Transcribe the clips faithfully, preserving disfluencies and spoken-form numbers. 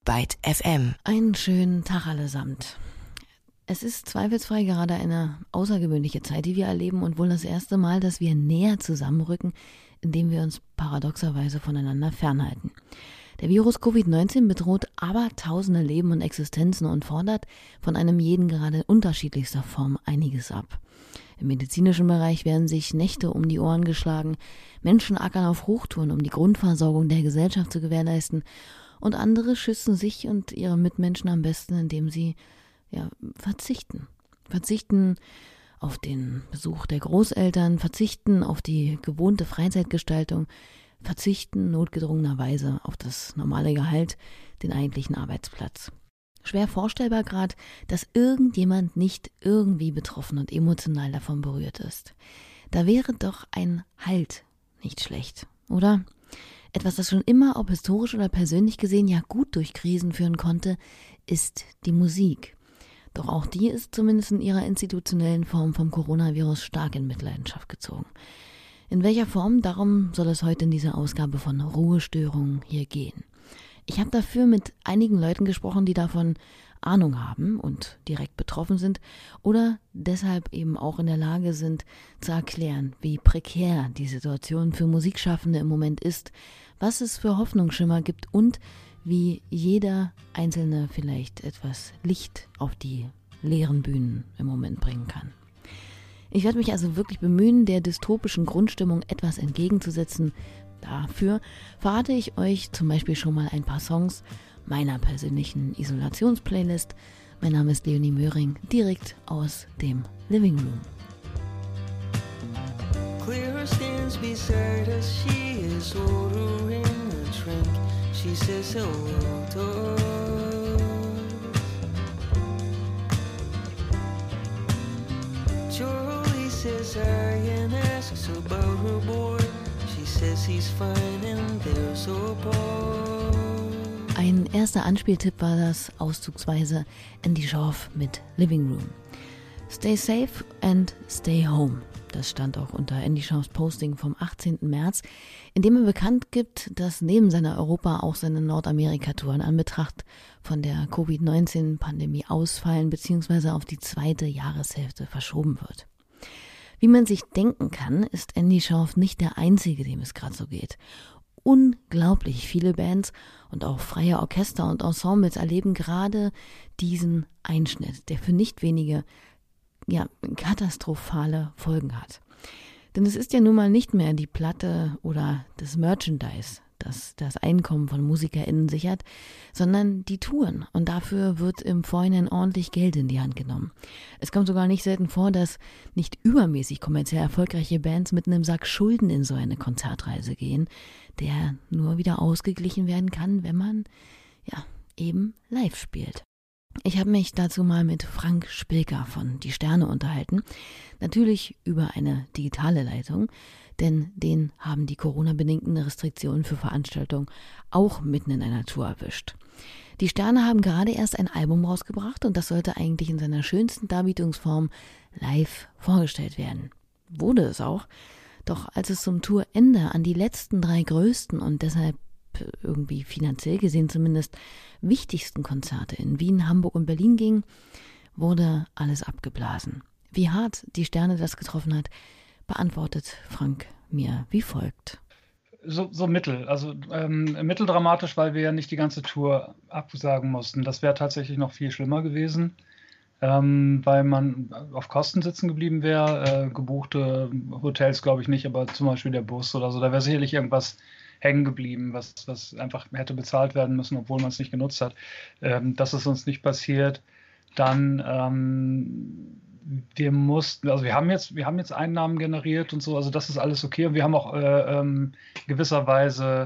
Byte F M. Einen schönen Tag allesamt. Es ist zweifelsfrei gerade eine außergewöhnliche Zeit, die wir erleben und wohl das erste Mal, dass wir näher zusammenrücken, indem wir uns paradoxerweise voneinander fernhalten. Der Virus Covid neunzehn bedroht abertausende Leben und Existenzen und fordert von einem jeden gerade in unterschiedlichster Form einiges ab. Im medizinischen Bereich werden sich Nächte um die Ohren geschlagen, Menschen ackern auf Hochtouren, um die Grundversorgung der Gesellschaft zu gewährleisten, und andere schützen sich und ihre Mitmenschen am besten, indem sie ja, verzichten. Verzichten auf den Besuch der Großeltern, verzichten auf die gewohnte Freizeitgestaltung, verzichten notgedrungenerweise auf das normale Gehalt, den eigentlichen Arbeitsplatz. Schwer vorstellbar gerade, dass irgendjemand nicht irgendwie betroffen und emotional davon berührt ist. Da wäre doch ein Halt nicht schlecht, oder? Etwas, das schon immer, ob historisch oder persönlich gesehen, ja gut durch Krisen führen konnte, ist die Musik. Doch auch die ist zumindest in ihrer institutionellen Form vom Coronavirus stark in Mitleidenschaft gezogen. In welcher Form? Darum soll es heute in dieser Ausgabe von Ruhestörungen hier gehen. Ich habe dafür mit einigen Leuten gesprochen, die davon Ahnung haben und direkt betroffen sind oder deshalb eben auch in der Lage sind, zu erklären, wie prekär die Situation für Musikschaffende im Moment ist, was es für Hoffnungsschimmer gibt und wie jeder Einzelne vielleicht etwas Licht auf die leeren Bühnen im Moment bringen kann. Ich werde mich also wirklich bemühen, der dystopischen Grundstimmung etwas entgegenzusetzen. Dafür verrate ich euch zum Beispiel schon mal ein paar Songs meiner persönlichen Isolationsplaylist. Mein Name ist Leonie Möhring, direkt aus dem Living Room. Clear stands beside us, she is ordering a drink. She says hello to us. Charlie says hi and asks about her boy. She says he's fine and there's a bar. Ein erster Anspieltipp war das auszugsweise Andy Schorf mit Living Room. Stay safe and stay home. Das stand auch unter Andy Schorfs Posting vom achtzehnten März, in dem er bekannt gibt, dass neben seiner Europa auch seine Nordamerika-Tour in Anbetracht von der Covid neunzehn Pandemie ausfallen bzw. auf die zweite Jahreshälfte verschoben wird. Wie man sich denken kann, ist Andy Schorf nicht der Einzige, dem es gerade so geht. Unglaublich viele Bands und auch freie Orchester und Ensembles erleben gerade diesen Einschnitt, der für nicht wenige ja, katastrophale Folgen hat. Denn es ist ja nun mal nicht mehr die Platte oder das Merchandise, das das Einkommen von MusikerInnen sichert, sondern die Touren. Und dafür wird im Vorhinein ordentlich Geld in die Hand genommen. Es kommt sogar nicht selten vor, dass nicht übermäßig kommerziell erfolgreiche Bands mit einem Sack Schulden in so eine Konzertreise gehen, der nur wieder ausgeglichen werden kann, wenn man ja eben live spielt. Ich habe mich dazu mal mit Frank Spilker von Die Sterne unterhalten, natürlich über eine digitale Leitung, denn den haben die Corona-bedingten Restriktionen für Veranstaltungen auch mitten in einer Tour erwischt. Die Sterne haben gerade erst ein Album rausgebracht und das sollte eigentlich in seiner schönsten Darbietungsform live vorgestellt werden. Wurde es auch, doch als es zum Tourende an die letzten drei größten und deshalb irgendwie finanziell gesehen zumindest wichtigsten Konzerte in Wien, Hamburg und Berlin ging, wurde alles abgeblasen. Wie hart die Sterne das getroffen hat, beantwortet Frank mir wie folgt. So, so mittel, also ähm, mitteldramatisch, weil wir ja nicht die ganze Tour absagen mussten. Das wäre tatsächlich noch viel schlimmer gewesen, ähm, weil man auf Kosten sitzen geblieben wäre. Äh, gebuchte Hotels glaube ich nicht, aber zum Beispiel der Bus oder so, da wäre sicherlich irgendwas hängen geblieben, was, was einfach hätte bezahlt werden müssen, obwohl man es nicht genutzt hat. Ähm, das ist uns nicht passiert. Dann ähm, wir mussten, also wir haben jetzt, wir haben jetzt Einnahmen generiert und so, also das ist alles okay. Und wir haben auch äh, ähm, gewisserweise,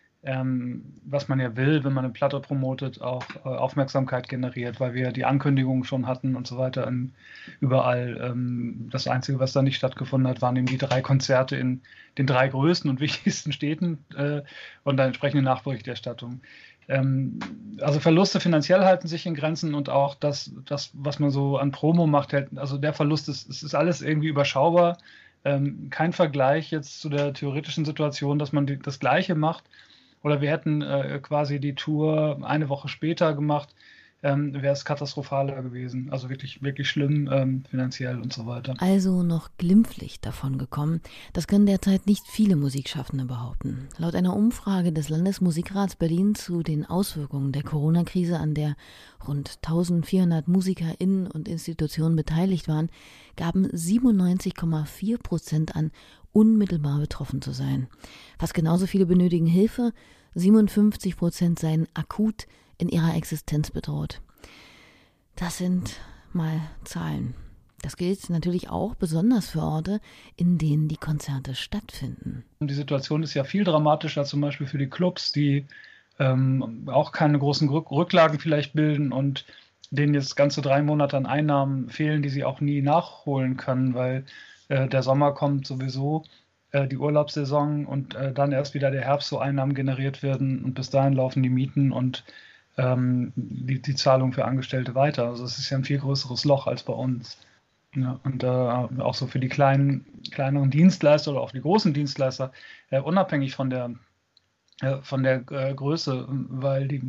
ähm, was man ja will, wenn man eine Platte promotet, auch äh, Aufmerksamkeit generiert, weil wir die Ankündigungen schon hatten und so weiter in, überall. Ähm, das Einzige, was da nicht stattgefunden hat, waren eben die drei Konzerte in den drei größten und wichtigsten Städten äh, und dann entsprechende Nachberichterstattung. Ähm, also Verluste finanziell halten sich in Grenzen und auch das, das was man so an Promo macht, also der Verlust ist, es ist alles irgendwie überschaubar. Ähm, kein Vergleich jetzt zu der theoretischen Situation, dass man die, das Gleiche macht oder wir hätten äh, quasi die Tour eine Woche später gemacht, ähm, wäre es katastrophaler gewesen. Also wirklich, wirklich schlimm ähm, finanziell und so weiter. Also noch glimpflich davon gekommen. Das können derzeit nicht viele Musikschaffende behaupten. Laut einer Umfrage des Landesmusikrats Berlin zu den Auswirkungen der Corona-Krise, an der rund eintausendvierhundert MusikerInnen und Institutionen beteiligt waren, gaben siebenundneunzig Komma vier Prozent an, unmittelbar betroffen zu sein. Fast genauso viele benötigen Hilfe, siebenundfünfzig Prozent seien akut in ihrer Existenz bedroht. Das sind mal Zahlen. Das gilt natürlich auch besonders für Orte, in denen die Konzerte stattfinden. Die Situation ist ja viel dramatischer, zum Beispiel für die Clubs, die ähm, auch keine großen Rücklagen vielleicht bilden und denen jetzt ganze drei Monate an Einnahmen fehlen, die sie auch nie nachholen können, weil äh, der Sommer kommt sowieso, äh, die Urlaubssaison und äh, dann erst wieder der Herbst, so Einnahmen generiert werden und bis dahin laufen die Mieten und ähm, die, die Zahlung für Angestellte weiter. Also es ist ja ein viel größeres Loch als bei uns. Ja, und äh, auch so für die kleinen, kleineren Dienstleister oder auch die großen Dienstleister, äh, unabhängig von der von der äh, Größe, weil die,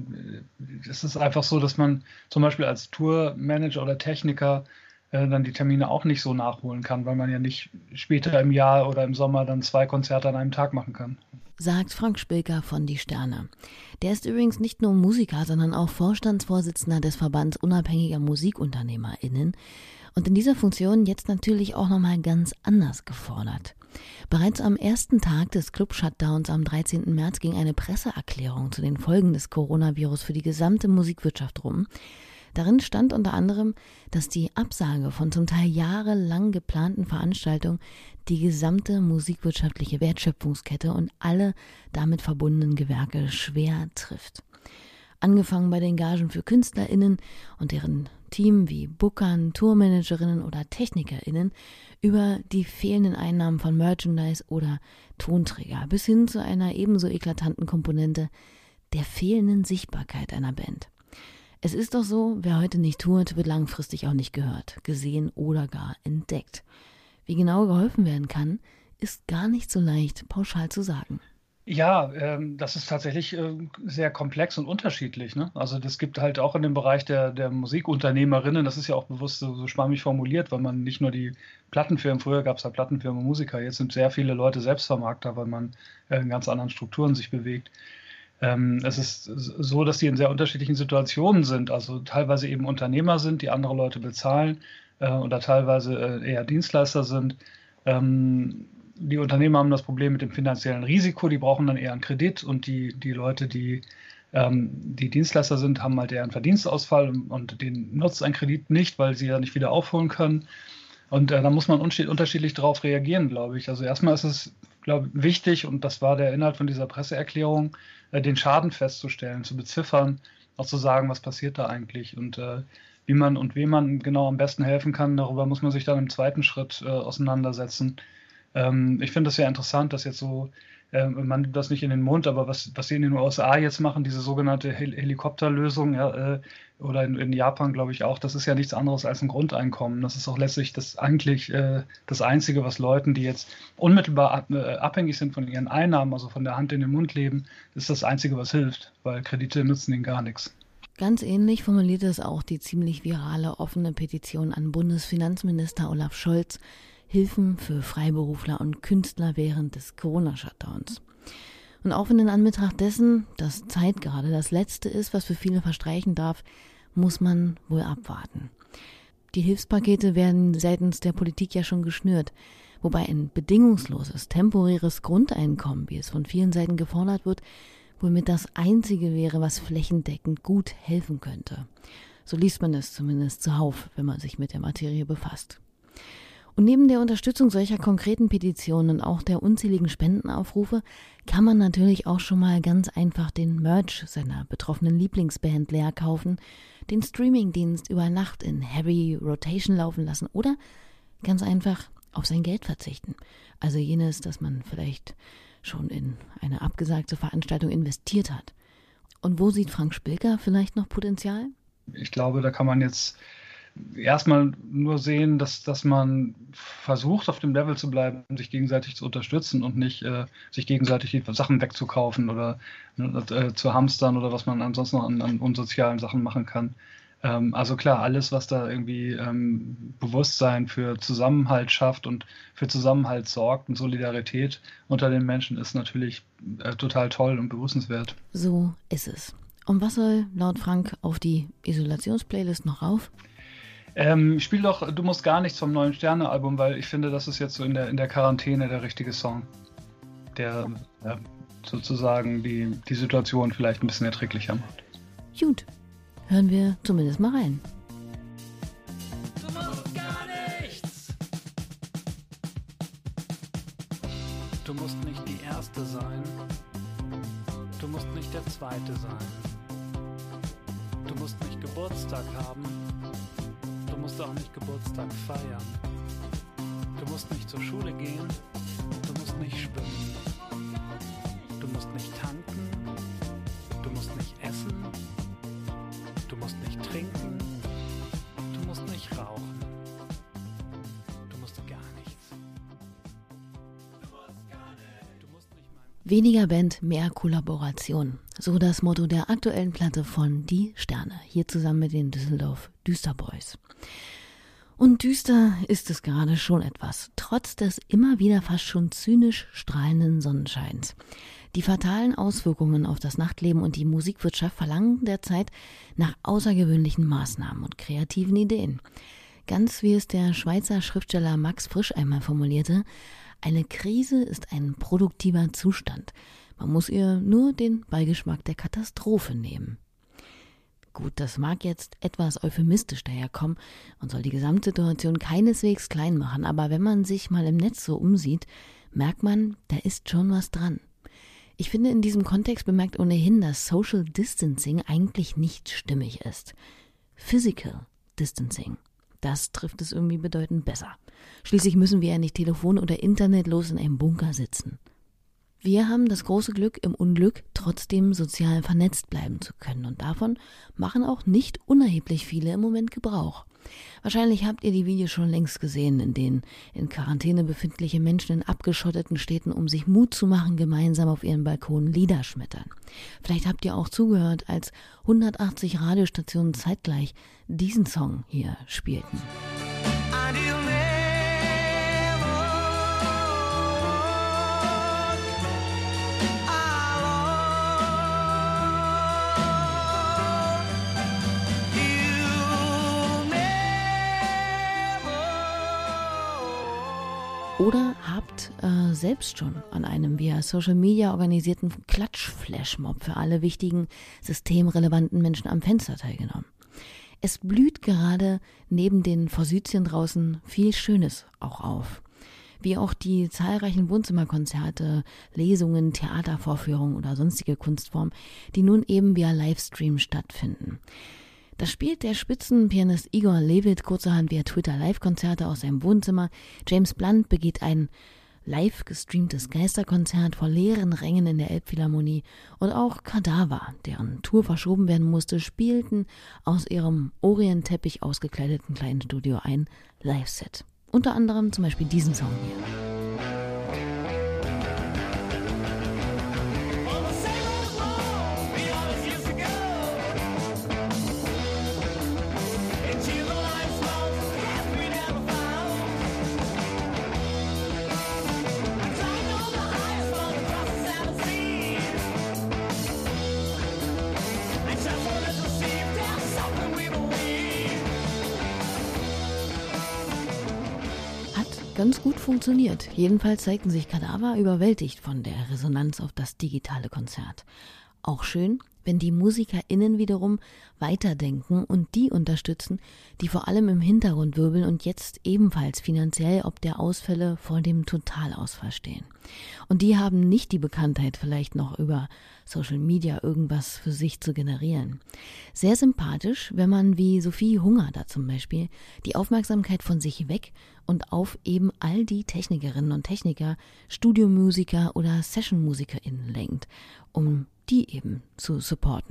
es ist einfach so, dass man zum Beispiel als Tourmanager oder Techniker äh, dann die Termine auch nicht so nachholen kann, weil man ja nicht später im Jahr oder im Sommer dann zwei Konzerte an einem Tag machen kann. Sagt Frank Spilker von Die Sterne. Der ist übrigens nicht nur Musiker, sondern auch Vorstandsvorsitzender des Verbands unabhängiger MusikunternehmerInnen und in dieser Funktion jetzt natürlich auch nochmal ganz anders gefordert. Bereits am ersten Tag des Club-Shutdowns am dreizehnten März ging eine Presseerklärung zu den Folgen des Coronavirus für die gesamte Musikwirtschaft rum. Darin stand unter anderem, dass die Absage von zum Teil jahrelang geplanten Veranstaltungen die gesamte musikwirtschaftliche Wertschöpfungskette und alle damit verbundenen Gewerke schwer trifft. Angefangen bei den Gagen für KünstlerInnen und deren Team wie Bookern, Tourmanagerinnen oder TechnikerInnen über die fehlenden Einnahmen von Merchandise oder Tonträger bis hin zu einer ebenso eklatanten Komponente der fehlenden Sichtbarkeit einer Band. Es ist doch so, wer heute nicht tourt, wird langfristig auch nicht gehört, gesehen oder gar entdeckt. Wie genau geholfen werden kann, ist gar nicht so leicht pauschal zu sagen. Ja, ähm, das ist tatsächlich äh, sehr komplex und unterschiedlich. Ne? Also das gibt halt auch in dem Bereich der, der Musikunternehmerinnen, das ist ja auch bewusst so, so schwammig formuliert, weil man nicht nur die Plattenfirmen, früher gab es ja Plattenfirmen und Musiker, jetzt sind sehr viele Leute Selbstvermarkter, weil man äh, in ganz anderen Strukturen sich bewegt. Ähm, es ist so, dass die in sehr unterschiedlichen Situationen sind, also teilweise eben Unternehmer sind, die andere Leute bezahlen äh, oder teilweise äh, eher Dienstleister sind. Ähm, Die Unternehmer haben das Problem mit dem finanziellen Risiko, die brauchen dann eher einen Kredit und die, die Leute, die, ähm, die Dienstleister sind, haben halt eher einen Verdienstausfall und, und denen nutzt ein Kredit nicht, weil sie ja nicht wieder aufholen können. Und äh, da muss man unterschiedlich darauf reagieren, glaube ich. Also erstmal ist es, glaube ich, wichtig, und das war der Inhalt von dieser Presseerklärung, äh, den Schaden festzustellen, zu beziffern, auch zu sagen, was passiert da eigentlich und äh, wie man und wem man genau am besten helfen kann. Darüber muss man sich dann im zweiten Schritt äh, auseinandersetzen. Ich finde das ja interessant, dass jetzt so, äh, man nimmt das nicht in den Mund, aber was, was sie in den U S A jetzt machen, diese sogenannte Hel- Helikopterlösung, ja, äh, oder in, in Japan, glaube ich auch, das ist ja nichts anderes als ein Grundeinkommen. Das ist auch letztlich das eigentlich äh, das Einzige, was Leuten, die jetzt unmittelbar ab, äh, abhängig sind von ihren Einnahmen, also von der Hand in den Mund leben, ist das Einzige, was hilft, weil Kredite nützen ihnen gar nichts. Ganz ähnlich formulierte es auch die ziemlich virale offene Petition an Bundesfinanzminister Olaf Scholz, Hilfen für Freiberufler und Künstler während des Corona-Shutdowns. Und auch wenn in Anbetracht dessen, dass Zeit gerade das Letzte ist, was für viele verstreichen darf, muss man wohl abwarten. Die Hilfspakete werden seitens der Politik ja schon geschnürt, wobei ein bedingungsloses, temporäres Grundeinkommen, wie es von vielen Seiten gefordert wird, wohl mit das Einzige wäre, was flächendeckend gut helfen könnte. So liest man es zumindest zuhauf, wenn man sich mit der Materie befasst. Und neben der Unterstützung solcher konkreten Petitionen und auch der unzähligen Spendenaufrufe kann man natürlich auch schon mal ganz einfach den Merch seiner betroffenen Lieblingsband leer kaufen, den Streamingdienst über Nacht in Heavy Rotation laufen lassen oder ganz einfach auf sein Geld verzichten. Also jenes, das man vielleicht schon in eine abgesagte Veranstaltung investiert hat. Und wo sieht Frank Spilker vielleicht noch Potenzial? Ich glaube, da kann man jetzt erstmal nur sehen, dass, dass man versucht, auf dem Level zu bleiben, sich gegenseitig zu unterstützen und nicht äh, sich gegenseitig die Sachen wegzukaufen oder äh, zu hamstern oder was man ansonsten noch an, an unsozialen Sachen machen kann. Ähm, also klar, alles, was da irgendwie ähm, Bewusstsein für Zusammenhalt schafft und für Zusammenhalt sorgt und Solidarität unter den Menschen, ist natürlich äh, total toll und begrüßenswert. So ist es. Und was soll laut Frank auf die Isolations-Playlist noch rauf? Ähm, spiel doch Du musst gar nichts vom neuen Sterne-Album, weil ich finde, das ist jetzt so in der, in der Quarantäne der richtige Song, der äh, sozusagen die, die Situation vielleicht ein bisschen erträglicher macht. Gut, hören wir zumindest mal rein. Du musst gar nichts. Du musst nicht die Erste sein. Du musst nicht der Zweite sein. Du musst nicht Geburtstag haben. Du musst auch nicht Geburtstag feiern. Du musst nicht zur Schule gehen. Du musst nicht schwimmen. Du musst nicht tanken. Du musst nicht essen. Du musst nicht trinken. Du musst nicht rauchen. Du musst gar nichts. Du musst gar nicht. Du musst nicht mal. Weniger Band, mehr Kollaboration. So das Motto der aktuellen Platte von Die Sterne. Hier zusammen mit den Düsseldorf Düsterboys. Und düster ist es gerade schon etwas, trotz des immer wieder fast schon zynisch strahlenden Sonnenscheins. Die fatalen Auswirkungen auf das Nachtleben und die Musikwirtschaft verlangen derzeit nach außergewöhnlichen Maßnahmen und kreativen Ideen. Ganz wie es der Schweizer Schriftsteller Max Frisch einmal formulierte: Eine Krise ist ein produktiver Zustand. Man muss ihr nur den Beigeschmack der Katastrophe nehmen. Gut, das mag jetzt etwas euphemistisch daherkommen und soll die Gesamtsituation keineswegs klein machen, aber wenn man sich mal im Netz so umsieht, merkt man, da ist schon was dran. Ich finde, in diesem Kontext bemerkt ohnehin, dass Social Distancing eigentlich nicht stimmig ist. Physical Distancing, das trifft es irgendwie bedeutend besser. Schließlich müssen wir ja nicht telefon- oder internetlos in einem Bunker sitzen. Wir haben das große Glück, im Unglück trotzdem sozial vernetzt bleiben zu können. Und davon machen auch nicht unerheblich viele im Moment Gebrauch. Wahrscheinlich habt ihr die Videos schon längst gesehen, in denen in Quarantäne befindliche Menschen in abgeschotteten Städten, um sich Mut zu machen, gemeinsam auf ihren Balkonen Lieder schmettern. Vielleicht habt ihr auch zugehört, als hundertachtzig Radiostationen zeitgleich diesen Song hier spielten. Oder habt äh, selbst schon an einem via Social Media organisierten Klatsch-Flashmob für alle wichtigen systemrelevanten Menschen am Fenster teilgenommen. Es blüht gerade neben den Forsythien draußen viel Schönes auch auf. Wie auch die zahlreichen Wohnzimmerkonzerte, Lesungen, Theatervorführungen oder sonstige Kunstformen, die nun eben via Livestream stattfinden. Da spielt der Spitzenpianist Igor Levit kurzerhand via Twitter Live-Konzerte aus seinem Wohnzimmer. James Blunt begeht ein live gestreamtes Geisterkonzert vor leeren Rängen in der Elbphilharmonie. Und auch Kadaver, deren Tour verschoben werden musste, spielten aus ihrem Orientteppich ausgekleideten kleinen Studio ein Live-Set. Unter anderem zum Beispiel diesen Song hier. Ganz gut funktioniert. Jedenfalls zeigten sich Kadaver überwältigt von der Resonanz auf das digitale Konzert. Auch schön, wenn die MusikerInnen wiederum weiterdenken und die unterstützen, die vor allem im Hintergrund wirbeln und jetzt ebenfalls finanziell ob der Ausfälle vor dem Totalausfall stehen. Und die haben nicht die Bekanntheit, vielleicht noch über Social Media irgendwas für sich zu generieren. Sehr sympathisch, wenn man wie Sophie Hunger da zum Beispiel die Aufmerksamkeit von sich weg und auf eben all die Technikerinnen und Techniker, Studiomusiker oder SessionmusikerInnen lenkt, um die eben zu supporten.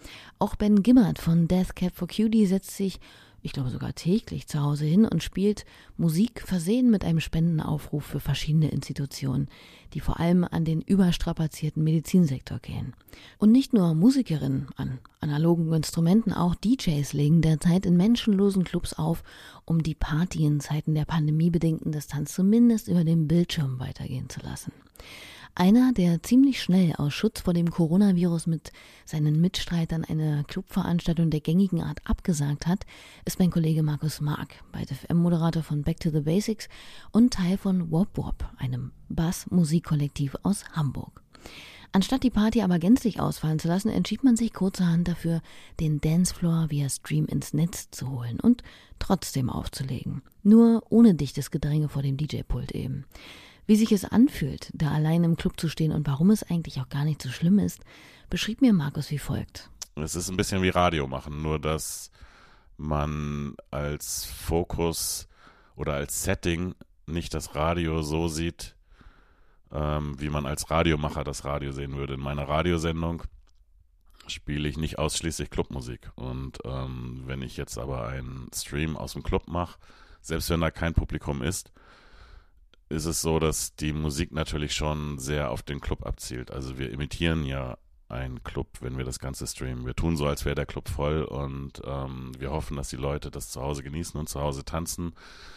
Auch Ben Gimmert von Death Cab for Cutie setzt sich, ich glaube sogar täglich, zu Hause hin und spielt Musik versehen mit einem Spendenaufruf für verschiedene Institutionen, die vor allem an den überstrapazierten Medizinsektor gehen. Und nicht nur Musikerinnen an analogen Instrumenten, auch D Js legen derzeit in menschenlosen Clubs auf, um die Party in Zeiten der pandemiebedingten Distanz zumindest über den Bildschirm weitergehen zu lassen. Einer, der ziemlich schnell aus Schutz vor dem Coronavirus mit seinen Mitstreitern eine Clubveranstaltung der gängigen Art abgesagt hat, ist mein Kollege Markus Mark, Byte F M-Moderator von Back to the Basics und Teil von Wop Wop, einem Bass-Musikkollektiv aus Hamburg. Anstatt die Party aber gänzlich ausfallen zu lassen, entschied man sich kurzerhand dafür, den Dancefloor via Stream ins Netz zu holen und trotzdem aufzulegen. Nur ohne dichtes Gedränge vor dem D J-Pult eben. Wie sich es anfühlt, da allein im Club zu stehen und warum es eigentlich auch gar nicht so schlimm ist, beschrieb mir Markus wie folgt. Es ist ein bisschen wie Radio machen, nur dass man als Fokus oder als Setting nicht das Radio so sieht, ähm, wie man als Radiomacher das Radio sehen würde. In meiner Radiosendung spiele ich nicht ausschließlich Clubmusik. Und ähm, wenn ich jetzt aber einen Stream aus dem Club mache, selbst wenn da kein Publikum ist, ist es so, dass die Musik natürlich schon sehr auf den Club abzielt. Also wir imitieren ja einen Club, wenn wir das Ganze streamen. Wir tun so, als wäre der Club voll und ähm, wir hoffen, dass die Leute das zu Hause genießen und zu Hause tanzen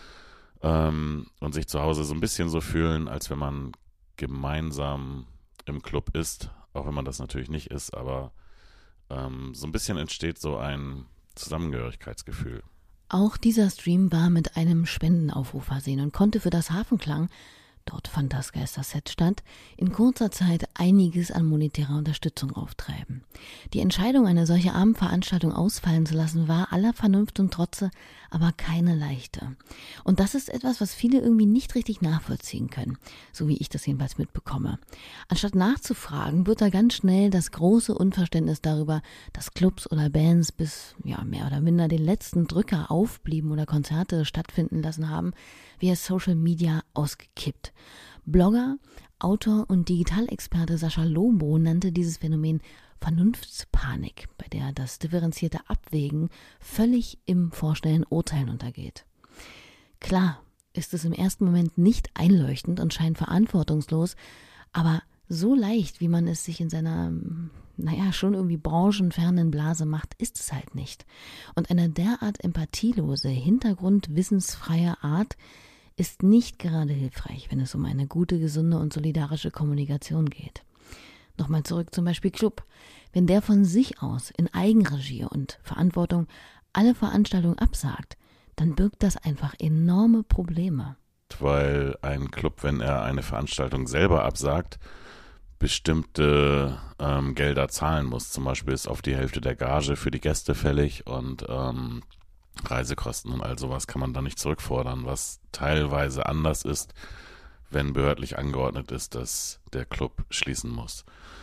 ähm, und sich zu Hause so ein bisschen so fühlen, als wenn man gemeinsam im Club ist, auch wenn man das natürlich nicht ist, aber ähm, so ein bisschen entsteht so ein Zusammengehörigkeitsgefühl. Auch dieser Stream war mit einem Spendenaufruf versehen und konnte für das Hafenklang, dort fand das Geisterset statt, in kurzer Zeit einiges an monetärer Unterstützung auftreiben. Die Entscheidung, eine solche Abendveranstaltung ausfallen zu lassen, war aller Vernunft und Trotze, aber keine leichte. Und das ist etwas, was viele irgendwie nicht richtig nachvollziehen können, so wie ich das jedenfalls mitbekomme. Anstatt nachzufragen, wird da ganz schnell das große Unverständnis darüber, dass Clubs oder Bands bis ja mehr oder minder den letzten Drücker aufblieben oder Konzerte stattfinden lassen haben, via Social Media ausgekippt. Blogger, Autor und Digitalexperte Sascha Lobo nannte dieses Phänomen Vernunftspanik, bei der das differenzierte Abwägen völlig im vorschnellen Urteilen untergeht. Klar ist es im ersten Moment nicht einleuchtend und scheint verantwortungslos, aber so leicht, wie man es sich in seiner, naja, schon irgendwie branchenfernen Blase macht, ist es halt nicht. Und eine derart empathielose, hintergrundwissensfreie Art ist nicht gerade hilfreich, wenn es um eine gute, gesunde und solidarische Kommunikation geht. Nochmal zurück zum Beispiel Club. Wenn der von sich aus in Eigenregie und Verantwortung alle Veranstaltungen absagt, dann birgt das einfach enorme Probleme. Weil ein Club, wenn er eine Veranstaltung selber absagt, bestimmte ähm, Gelder zahlen muss. Zum Beispiel ist auf die Hälfte der Gage für die Gäste fällig und ähm, Reisekosten und all sowas kann man da nicht zurückfordern, was teilweise anders ist, wenn behördlich angeordnet ist, dass der Club schließen muss.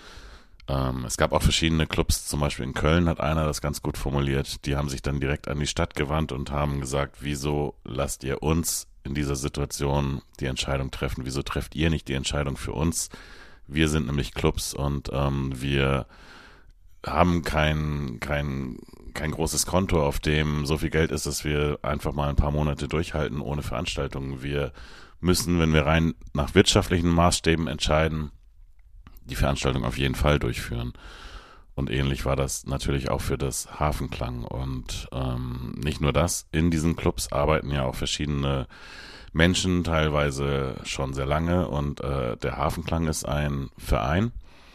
Ähm, es gab auch verschiedene Clubs, zum Beispiel in Köln hat einer das ganz gut formuliert, die haben sich dann direkt an die Stadt gewandt und haben gesagt, wieso lasst ihr uns in dieser Situation die Entscheidung treffen, wieso trefft ihr nicht die Entscheidung für uns? Wir sind nämlich Clubs und ähm, wir haben kein, kein, kein großes Konto, auf dem so viel Geld ist, dass wir einfach mal ein paar Monate durchhalten ohne Veranstaltungen. Wir müssen, wenn wir rein nach wirtschaftlichen Maßstäben entscheiden, die Veranstaltung auf jeden Fall durchführen. Und ähnlich war das natürlich auch für das Hafenklang. Und ähm, nicht nur das, in diesen Clubs arbeiten ja auch verschiedene Menschen, teilweise schon sehr lange. Und äh, der Hafenklang ist ein Verein.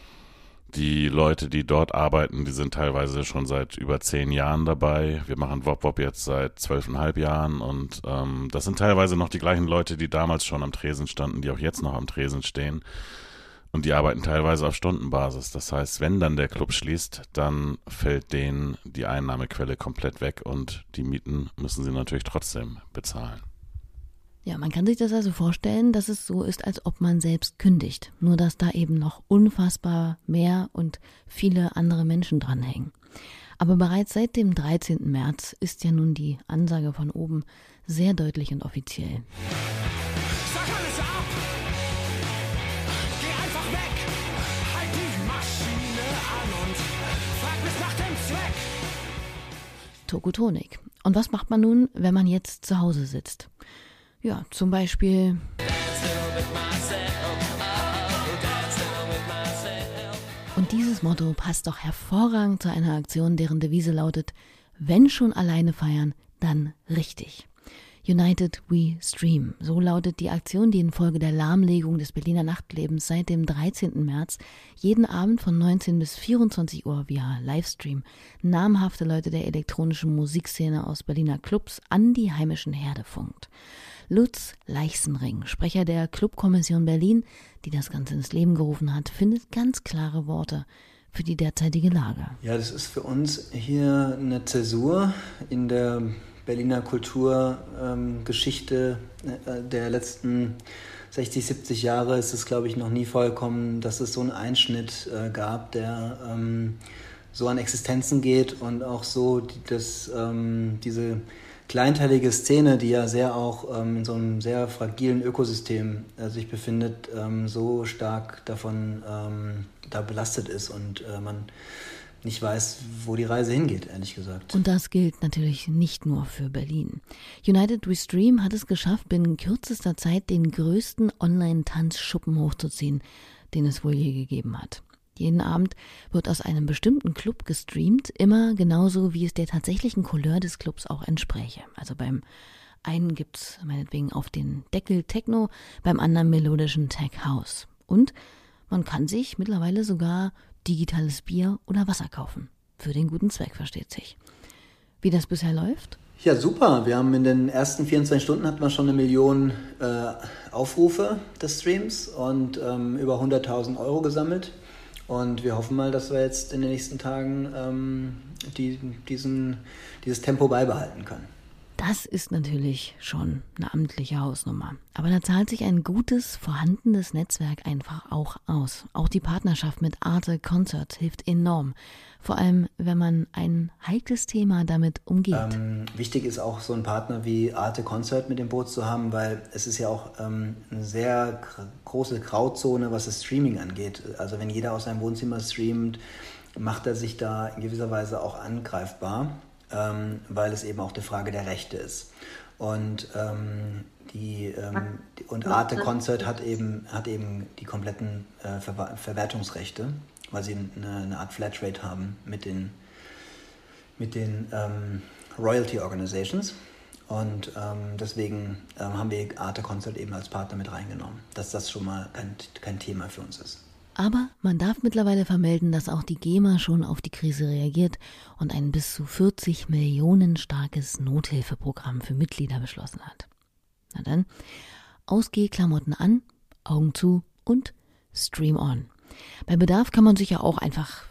Die Leute, die dort arbeiten, die sind teilweise schon seit über zehn Jahren dabei. Wir machen Wop Wop jetzt seit zwölfeinhalb Jahren und ähm, das sind teilweise noch die gleichen Leute, die damals schon am Tresen standen, die auch jetzt noch am Tresen stehen. Und die arbeiten teilweise auf Stundenbasis. Das heißt, wenn dann der Club schließt, dann fällt denen die Einnahmequelle komplett weg und die Mieten müssen sie natürlich trotzdem bezahlen. Ja, man kann sich das also vorstellen, dass es so ist, als ob man selbst kündigt. Nur, dass da eben noch unfassbar mehr und viele andere Menschen dranhängen. Aber bereits seit dem dreizehnten März ist ja nun die Ansage von oben sehr deutlich und offiziell. Sag alles ab! Geh einfach weg! Halt die Maschine an und frag bis nach dem Zweck. Tokotronik. Und was macht man nun, wenn man jetzt zu Hause sitzt? Ja, zum Beispiel und dieses Motto passt doch hervorragend zu einer Aktion, deren Devise lautet: Wenn schon alleine feiern, dann richtig. United We Stream. So lautet die Aktion, die infolge der Lahmlegung des Berliner Nachtlebens seit dem dreizehnten März jeden Abend von neunzehn bis vierundzwanzig Uhr via Livestream namhafte Leute der elektronischen Musikszene aus Berliner Clubs an die heimischen Herde funkt. Lutz Leichsenring, Sprecher der Clubkommission Berlin, die das Ganze ins Leben gerufen hat, findet ganz klare Worte für die derzeitige Lage. Ja, das ist für uns hier eine Zäsur in der Berliner Kulturgeschichte ähm, der letzten sechzig, siebzig Jahre. Ist es, glaube ich, noch nie vorgekommen, dass es so einen Einschnitt äh, gab, der ähm, so an Existenzen geht und auch so die, das, ähm, diese kleinteilige Szene, die ja sehr auch ähm, in so einem sehr fragilen Ökosystem äh, sich befindet, ähm, so stark davon ähm, da belastet ist und äh, man nicht weiß, wo die Reise hingeht, ehrlich gesagt. Und das gilt natürlich nicht nur für Berlin. United We Stream hat es geschafft, binnen kürzester Zeit den größten Online-Tanzschuppen hochzuziehen, den es wohl je gegeben hat. Jeden Abend wird aus einem bestimmten Club gestreamt, immer genauso, wie es der tatsächlichen Couleur des Clubs auch entspräche. Also beim einen gibt's meinetwegen auf den Deckel Techno, beim anderen melodischen Tech House. Und man kann sich mittlerweile sogar digitales Bier oder Wasser kaufen. Für den guten Zweck, versteht sich. Wie das bisher läuft? Ja, super. Wir haben in den ersten vierundzwanzig Stunden hatten wir schon eine Million äh, Aufrufe des Streams und ähm, über hunderttausend Euro gesammelt. Und wir hoffen mal, dass wir jetzt in den nächsten Tagen ähm, die, diesen, dieses Tempo beibehalten können. Das ist natürlich schon eine amtliche Hausnummer. Aber da zahlt sich ein gutes, vorhandenes Netzwerk einfach auch aus. Auch die Partnerschaft mit Arte Concert hilft enorm. Vor allem, wenn man ein heikles Thema damit umgeht. Ähm, wichtig ist auch, so einen Partner wie Arte Concert mit dem Boot zu haben, weil es ist ja auch ähm, eine sehr gr- große Grauzone, was das Streaming angeht. Also wenn jeder aus seinem Wohnzimmer streamt, macht er sich da in gewisser Weise auch angreifbar. Ähm, weil es eben auch eine Frage der Rechte ist. Und, ähm, die, ähm, die, und Arte Concert hat eben, hat eben die kompletten äh, Ver- Verwertungsrechte, weil sie eine, eine Art Flatrate haben mit den, mit den ähm, Royalty Organizations. Und ähm, deswegen ähm, haben wir Arte Concert eben als Partner mit reingenommen, dass das schon mal kein, kein Thema für uns ist. Aber man darf mittlerweile vermelden, dass auch die GEMA schon auf die Krise reagiert und ein bis zu vierzig Millionen starkes Nothilfeprogramm für Mitglieder beschlossen hat. Na dann, Ausgehklamotten an, Augen zu und Stream on. Bei Bedarf kann man sich ja auch einfach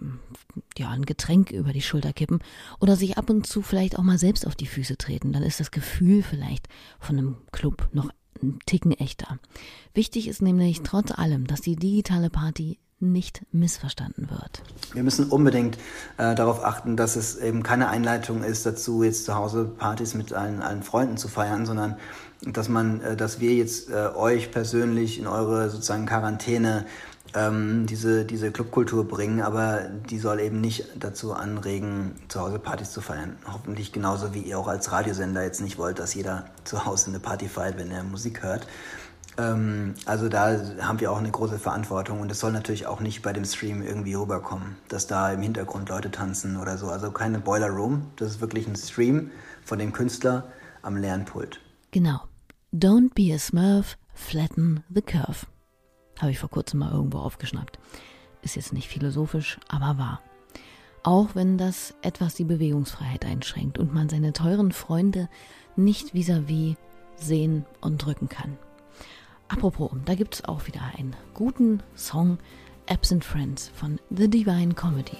ja, ein Getränk über die Schulter kippen oder sich ab und zu vielleicht auch mal selbst auf die Füße treten. Dann ist das Gefühl vielleicht von einem Club noch ein Ticken echter. Wichtig ist nämlich trotz allem, dass die digitale Party nicht missverstanden wird. Wir müssen unbedingt äh, darauf achten, dass es eben keine Einleitung ist dazu, jetzt zu Hause Partys mit allen, allen Freunden zu feiern, sondern dass man, äh, dass wir jetzt äh, euch persönlich in eure sozusagen Quarantäne ähm, diese, diese Clubkultur bringen, aber die soll eben nicht dazu anregen, zu Hause Partys zu feiern. Hoffentlich genauso wie ihr auch als Radiosender jetzt nicht wollt, dass jeder zu Hause eine Party feiert, wenn er Musik hört. Ähm, also da haben wir auch eine große Verantwortung und es soll natürlich auch nicht bei dem Stream irgendwie rüberkommen, dass da im Hintergrund Leute tanzen oder so. Also keine Boiler Room, das ist wirklich ein Stream von dem Künstler am Lernpult. Genau. Don't be a Smurf, flatten the curve. Habe ich vor kurzem mal irgendwo aufgeschnappt. Ist jetzt nicht philosophisch, aber wahr. Auch wenn das etwas die Bewegungsfreiheit einschränkt und man seine teuren Freunde nicht vis-à-vis sehen und drücken kann. Apropos, da gibt es auch wieder einen guten Song, Absent Friends von The Divine Comedy.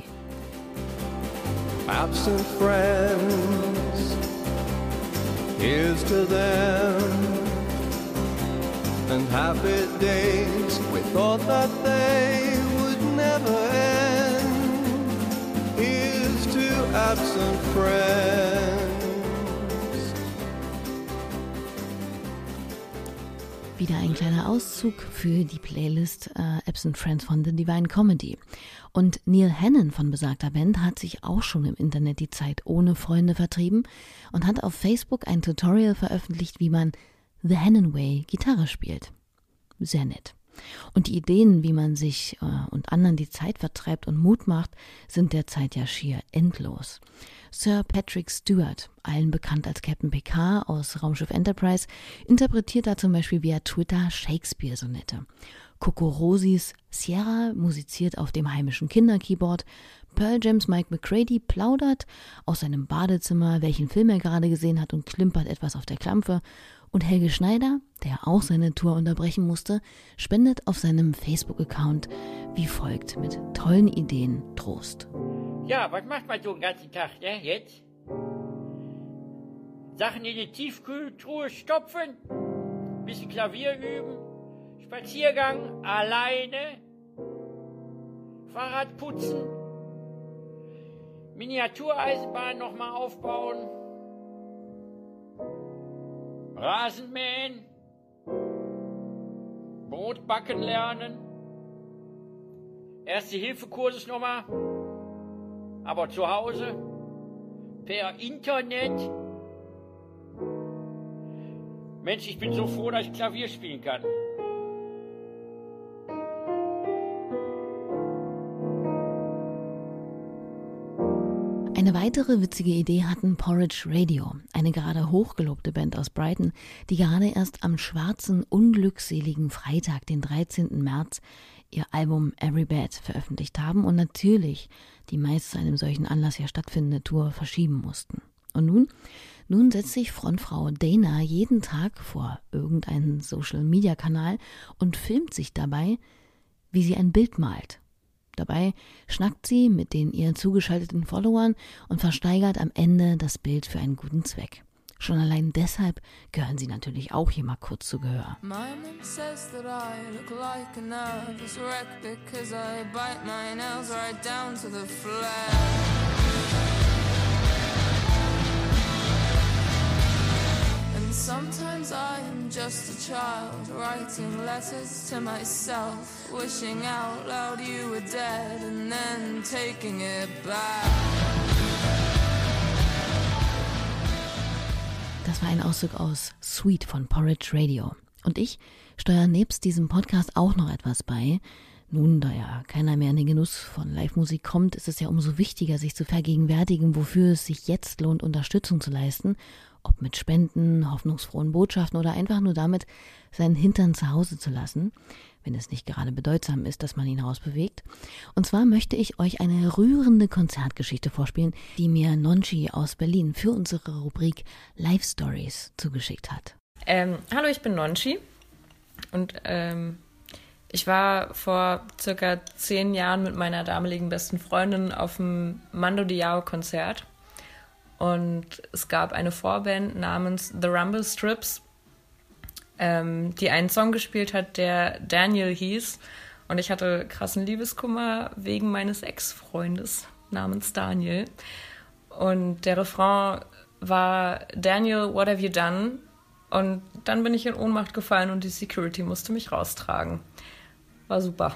Absent friends, here's to them. And happy days, we thought that they would never end. Here's to absent friends. Wieder ein kleiner Auszug für die Playlist äh, Absent Friends von The Divine Comedy. Und Neil Hannon von besagter Band hat sich auch schon im Internet die Zeit ohne Freunde vertrieben und hat auf Facebook ein Tutorial veröffentlicht, wie man The Hannon Way Gitarre spielt. Sehr nett. Und die Ideen, wie man sich äh, und anderen die Zeit vertreibt und Mut macht, sind derzeit ja schier endlos. Sir Patrick Stewart, allen bekannt als Captain Picard aus Raumschiff Enterprise, interpretiert da zum Beispiel via Twitter Shakespeare-Sonette. Coco Rosis Sierra musiziert auf dem heimischen Kinderkeyboard. Pearl Jams Mike McCready plaudert aus seinem Badezimmer, welchen Film er gerade gesehen hat und klimpert etwas auf der Klampfe. Und Helge Schneider, der auch seine Tour unterbrechen musste, spendet auf seinem Facebook-Account wie folgt mit tollen Ideen Trost. Ja, was macht man so den ganzen Tag, ne, jetzt? Sachen in die Tiefkühltruhe stopfen, bisschen Klavier üben, Spaziergang alleine, Fahrrad putzen, Miniatureisenbahn nochmal aufbauen, Rasen mähen, Brot backen lernen, Erste-Hilfe-Kurses nochmal, aber zu Hause, per Internet. Mensch, ich bin so froh, dass ich Klavier spielen kann. Eine weitere witzige Idee hatten Porridge Radio, eine gerade hochgelobte Band aus Brighton, die gerade erst am schwarzen, unglückseligen Freitag, den dreizehnten März, ihr Album Every Bad veröffentlicht haben und natürlich die meist zu einem solchen Anlass ja stattfindende Tour verschieben mussten. Und nun, nun setzt sich Frontfrau Dana jeden Tag vor irgendeinen Social-Media-Kanal und filmt sich dabei, wie sie ein Bild malt. Dabei schnackt sie mit den ihr zugeschalteten Followern und versteigert am Ende das Bild für einen guten Zweck. Schon allein deshalb gehören sie natürlich auch hier mal kurz zu Gehör. My mom says that I look like a nervous wreck because I bite my nails right down to the flesh. Sometimes I am just a child writing letters to myself, wishing out loud you were dead and then taking it back. Das war ein Auszug aus Sweet von Porridge Radio. Und ich steuere nebst diesem Podcast auch noch etwas bei. Nun, da ja keiner mehr in den Genuss von Live-Musik kommt, ist es ja umso wichtiger, sich zu vergegenwärtigen, wofür es sich jetzt lohnt, Unterstützung zu leisten. Ob mit Spenden, hoffnungsfrohen Botschaften oder einfach nur damit, seinen Hintern zu Hause zu lassen, wenn es nicht gerade bedeutsam ist, dass man ihn rausbewegt. Und zwar möchte ich euch eine rührende Konzertgeschichte vorspielen, die mir Nonchi aus Berlin für unsere Rubrik Live Stories zugeschickt hat. Ähm, hallo, ich bin Nonchi und ähm, ich war vor circa zehn Jahren mit meiner damaligen besten Freundin auf dem Mando Diao-Konzert. Und es gab eine Vorband namens The Rumble Strips, ähm, die einen Song gespielt hat, der Daniel hieß. Und ich hatte krassen Liebeskummer wegen meines Ex-Freundes namens Daniel. Und der Refrain war Daniel, what have you done? Und dann bin ich in Ohnmacht gefallen und die Security musste mich raustragen. War super.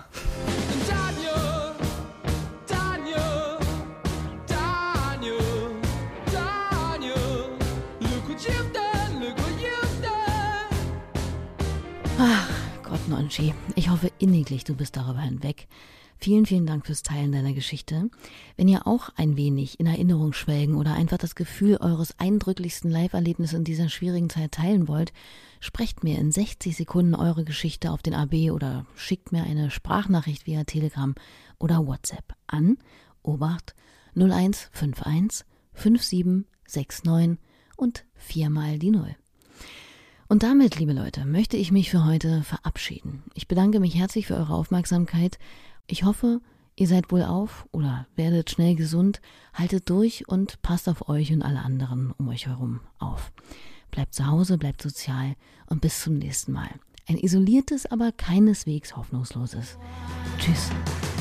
Ach Gott, Nonchi, ich hoffe inniglich, du bist darüber hinweg. Vielen, vielen Dank fürs Teilen deiner Geschichte. Wenn ihr auch ein wenig in Erinnerung schwelgen oder einfach das Gefühl eures eindrücklichsten Live-Erlebnisses in dieser schwierigen Zeit teilen wollt, sprecht mir in sechzig Sekunden eure Geschichte auf den A B oder schickt mir eine Sprachnachricht via Telegram oder WhatsApp an Obacht null eins fünf eins fünf sieben sechs neun und viermal die Null. Und damit, liebe Leute, möchte ich mich für heute verabschieden. Ich bedanke mich herzlich für eure Aufmerksamkeit. Ich hoffe, ihr seid wohlauf oder werdet schnell gesund, haltet durch und passt auf euch und alle anderen um euch herum auf. Bleibt zu Hause, bleibt sozial und bis zum nächsten Mal. Ein isoliertes, aber keineswegs hoffnungsloses. Tschüss.